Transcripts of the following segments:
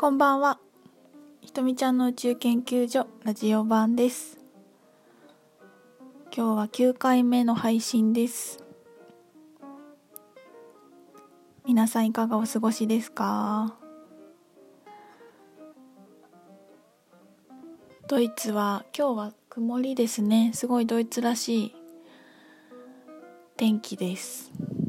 こんばんは。ひとみちゃんの宇宙研究所ラジオ版です。今日は9回目の配信です。皆さんいかがお過ごしですか？ドイツは今日は曇りですね。すごいドイツらしい天気です。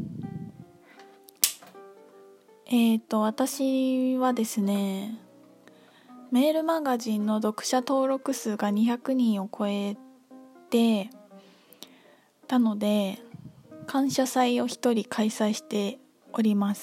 私はですね、メールマガジンの読者登録数が200人を超えてたので、感謝祭を一人開催しております。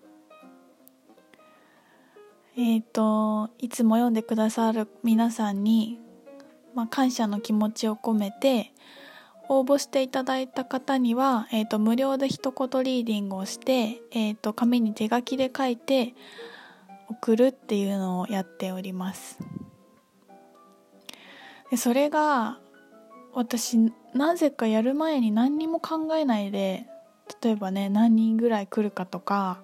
いつも読んでくださる皆さんに、感謝の気持ちを込めて応募していただいた方には、無料で一言リーディングをして、紙に手書きで書いて送るっていうのをやっております。でそれが私なぜかやる前に何にも考えないで、例えばね、何人ぐらい来るかとか、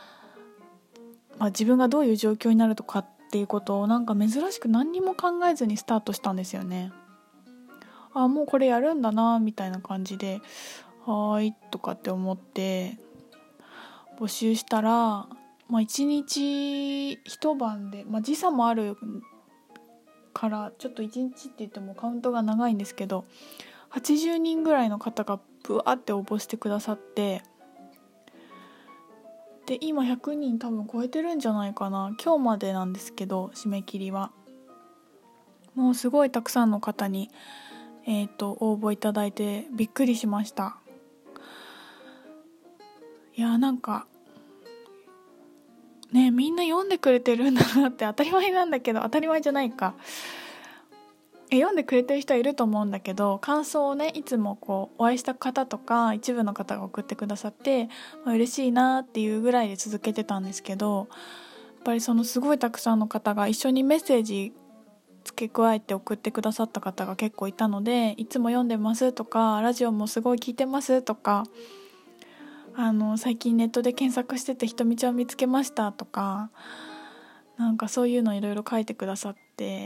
自分がどういう状況になるとかっていうことをなんか珍しく何にも考えずにスタートしたんですよね。もうこれやるんだなみたいな感じで、はーいとかって思って募集したら、1日一晩で、時差もあるからちょっと1日って言ってもカウントが長いんですけど、80人ぐらいの方がブワーって応募してくださって、で今100人多分超えてるんじゃないかな。今日までなんですけど、締め切りはもうすごいたくさんの方に応募いただいてびっくりしました。いやなんかね、みんな読んでくれてるんだなって当たり前なんだけど、当たり前じゃないか。読んでくれてる人はいると思うんだけど、感想をね、いつもこうお会いした方とか一部の方が送ってくださって、嬉しいなっていうぐらいで続けてたんですけど、やっぱりそのすごいたくさんの方が一緒にメッセージ付け加えて送ってくださった方が結構いたので、いつも読んでますとか、ラジオもすごい聞いてますとか、最近ネットで検索しててひとみちゃん見つけましたとか、なんかそういうのいろいろ書いてくださって、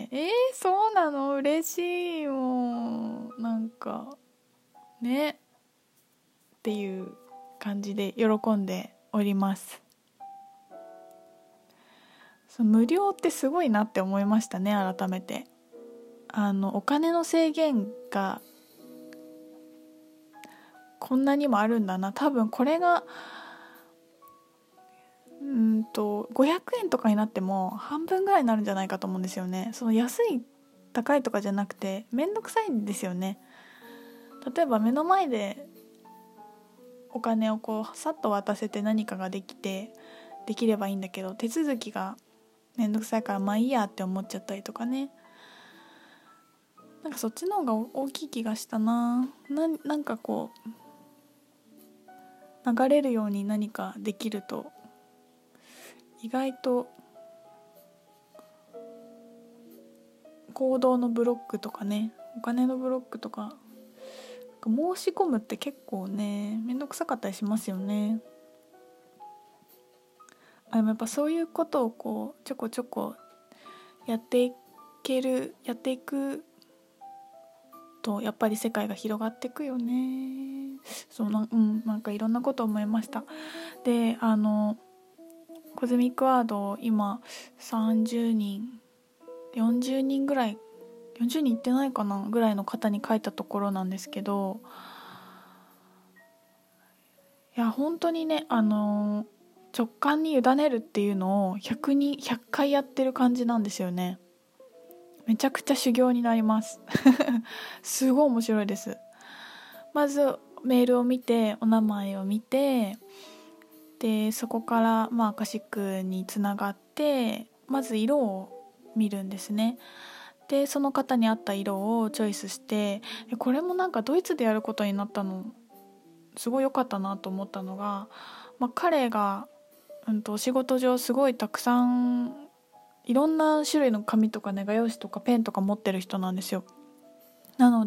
そうなの嬉しい。もうなんかねっていう感じで喜んでおります。無料ってすごいなって思いましたね、改めて。お金の制限がこんなにもあるんだな。多分これが500円とかになっても半分ぐらいになるんじゃないかと思うんですよね。その安い高いとかじゃなくて、めんどくさいんですよね。例えば目の前でお金をこうさっと渡せて何かができればいいんだけど、手続きがめんどくさいからいいやって思っちゃったりとかね。なんかそっちの方が大きい気がしたな。なんかこう流れるように何かできると意外と行動のブロックとかね、お金のブロックとか申し込むって結構ねめんどくさかったりしますよね。でもやっぱそういうことをこうちょこちょこやっていくと、やっぱり世界が広がっていくよね。なんかいろんなこと思いました。でコズミックワード今30人40人ぐらい、40人いってないかなぐらいの方に書いたところなんですけど、いや本当にね、直感に委ねるっていうのを100回やってる感じなんですよね。めちゃくちゃ修行になりますすごい面白いです。まずメールを見て、お名前を見て、でそこからアカシックにつながって、まず色を見るんですね。でその方に合った色をチョイスして、これもなんかドイツでやることになったのすごい良かったなと思ったのが、彼が、仕事上すごいたくさんいろんな種類の紙とかね、画用紙とかペンとか持ってる人なんですよ。なの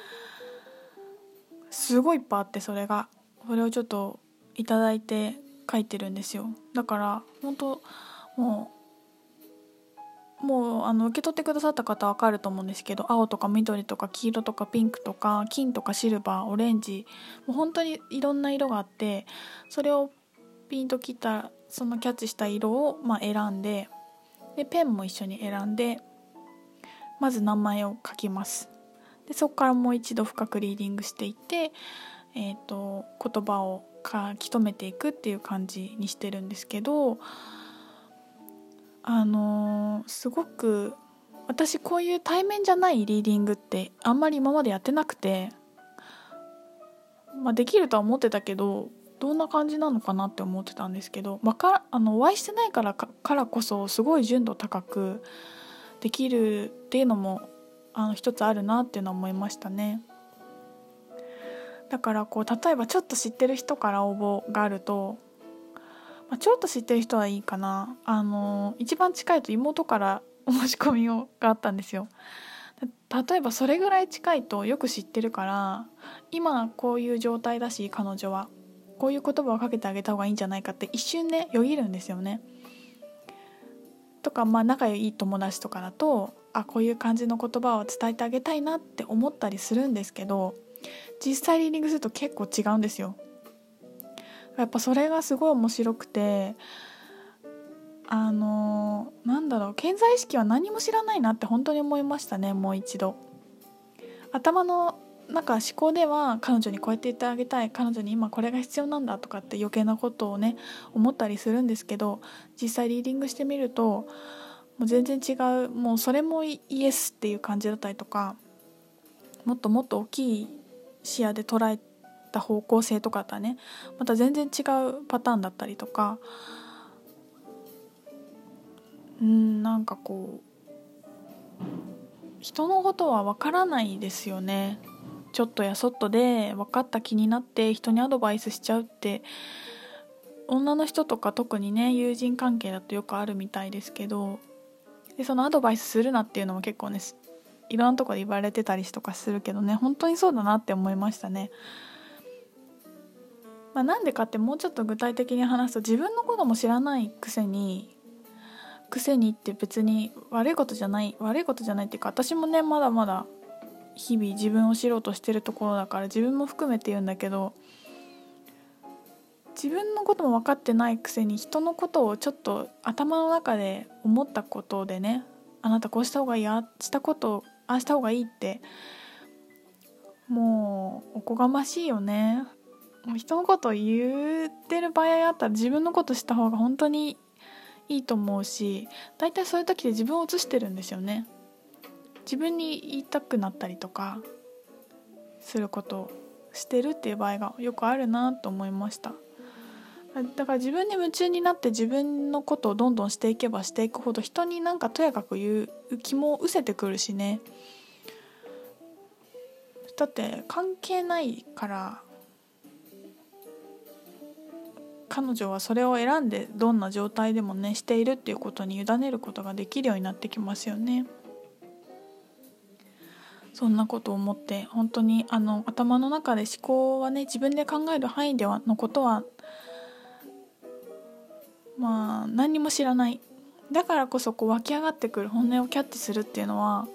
ですごいいっぱいあって、それをちょっといただいて書いてるんですよ。だから本当ももう受け取ってくださった方は分かると思うんですけど、青とか緑とか黄色とかピンクとか金とかシルバー、オレンジ、もう本当にいろんな色があって、それをピンと切ったそのキャッチした色を選んで、でペンも一緒に選んで、まず名前を書きます。でそこからもう一度深くリーディングしていって、言葉を書き留めていくっていう感じにしてるんですけど、すごく私こういう対面じゃないリーディングってあんまり今までやってなくて、できるとは思ってたけどどんな感じなのかなって思ってたんですけど、お会いしてないからこそすごい純度高くできるっていうのも一つあるなっていうのは思いましたね。だから例えばちょっと知ってる人から応募があると、ちょっと知ってる人はいいかな、一番近いと妹からお申し込みがあったんですよ。例えばそれぐらい近いとよく知ってるから、今こういう状態だし彼女はこういう言葉をかけてあげた方がいいんじゃないかって一瞬ねよぎるんですよね。とか仲いい友達とかだとこういう感じの言葉を伝えてあげたいなって思ったりするんですけど、実際リーディングすると結構違うんですよ。やっぱそれがすごい面白くて、潜在意識は何も知らないなって本当に思いましたね。もう一度頭の思考では彼女にこうやって言ってあげたい、彼女に今これが必要なんだとかって余計なことをね思ったりするんですけど、実際リーディングしてみるともう全然違う、もうそれもイエスっていう感じだったりとか、もっともっと大きい視野で捉えた方向性とかだったらねまた全然違うパターンだったりとか、人のことは分からないですよね。ちょっとやそっとで分かった気になって人にアドバイスしちゃうって女の人とか特にね友人関係だとよくあるみたいですけど、でそのアドバイスするなっていうのも結構ねいろんなところで言われてたりとかするけどね、本当にそうだなって思いましたね。なんでかってもうちょっと具体的に話すと、自分のことも知らないくせにって別に悪いことじゃないっていうか、私もねまだまだ日々自分を知ろうとしてるところだから自分も含めて言うんだけど、自分のことも分かってないくせに人のことをちょっと頭の中で思ったことでね、あなたこうした方がいい、したことああした方がいいって、もうおこがましいよね。もう人のことを言ってる場合あったら自分のことした方が本当にいいと思うし、大体そういう時で自分を映してるんですよね。自分に言いたくなったりとかすることをしてるっていう場合がよくあるなと思いました。だから自分に夢中になって自分のことをどんどんしていけばしていくほど人にとやかく言う気も失せてくるしね。だって関係ないから、彼女はそれを選んでどんな状態でもねしているっていうことに委ねることができるようになってきますよね。そんなことを思って本当に頭の中で思考はね自分で考える範囲ではのことは何にも知らない。だからこそ湧き上がってくる本音をキャッチするっていうのは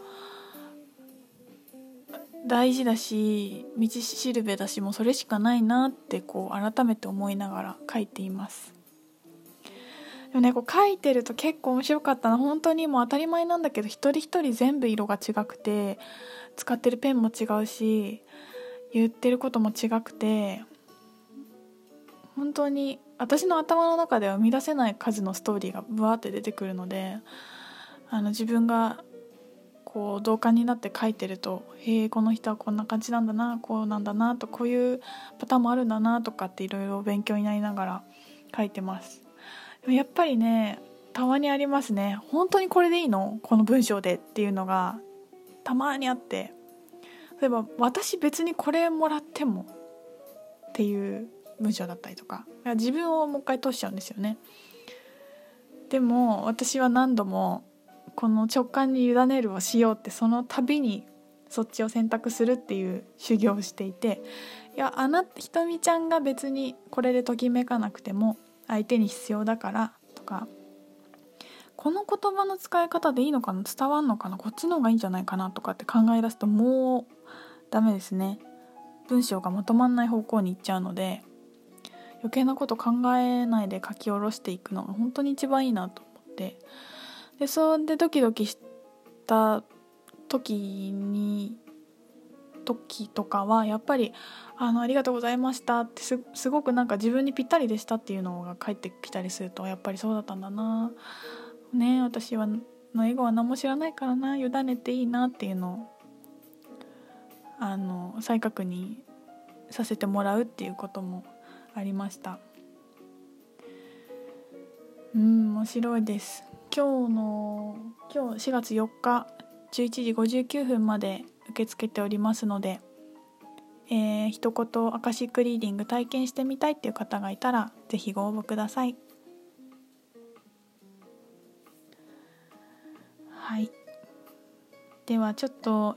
大事だし、道しるべだし、もうそれしかないなって改めて思いながら書いています。でもね書いてると結構面白かったな。本当にもう当たり前なんだけど一人一人全部色が違くて、使ってるペンも違うし言ってることも違くて、本当に私の頭の中では生み出せない数のストーリーがブワーって出てくるので、自分が同感になって書いてると、この人はこんな感じなんだな、こうなんだなと、こういうパターンもあるんだなとかっていろいろ勉強になりながら書いてます。でもやっぱりねたまにありますね。本当にこれでいいのこの文章でっていうのがたまにあって、例えば私別にこれもらってもっていう文章だったりとか、自分をもう一回通しちゃうんですよね。でも私は何度もこの直感に委ねるをしようってその度にそっちを選択するっていう修行をしていて、ひとみちゃんが別にこれでときめかなくても相手に必要だからとか、 この言葉の使い方でいいのかな、伝わんのかな、こっちの方がいいんじゃないかなとかって考え出すともうダメですね。文章がまとまんない方向に行っちゃうので、余計なこと考えないで書き下ろしていくのが本当に一番いいなと思って、でそれでドキドキした時とかはやっぱりありがとうございましたってすごくなんか自分にぴったりでしたっていうのが返ってきたりすると、やっぱりそうだったんだなね、私の英語は何も知らないからな、委ねていいなっていうのを再確認させてもらうっていうこともありました。面白いです。今日4月4日11時59分まで受け付けておりますので、一言アカシックリーディング体験してみたいっていう方がいたらぜひご応募ください。はい、ではちょっと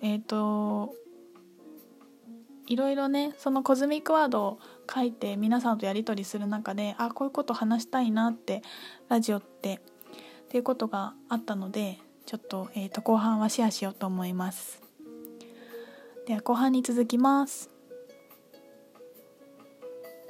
いろいろね、そのコズミックワードを書いて皆さんとやり取りする中で、こういうこと話したいなってラジオっていうことがあったので、ちょっと、後半はシェアしようと思います。では後半に続きます。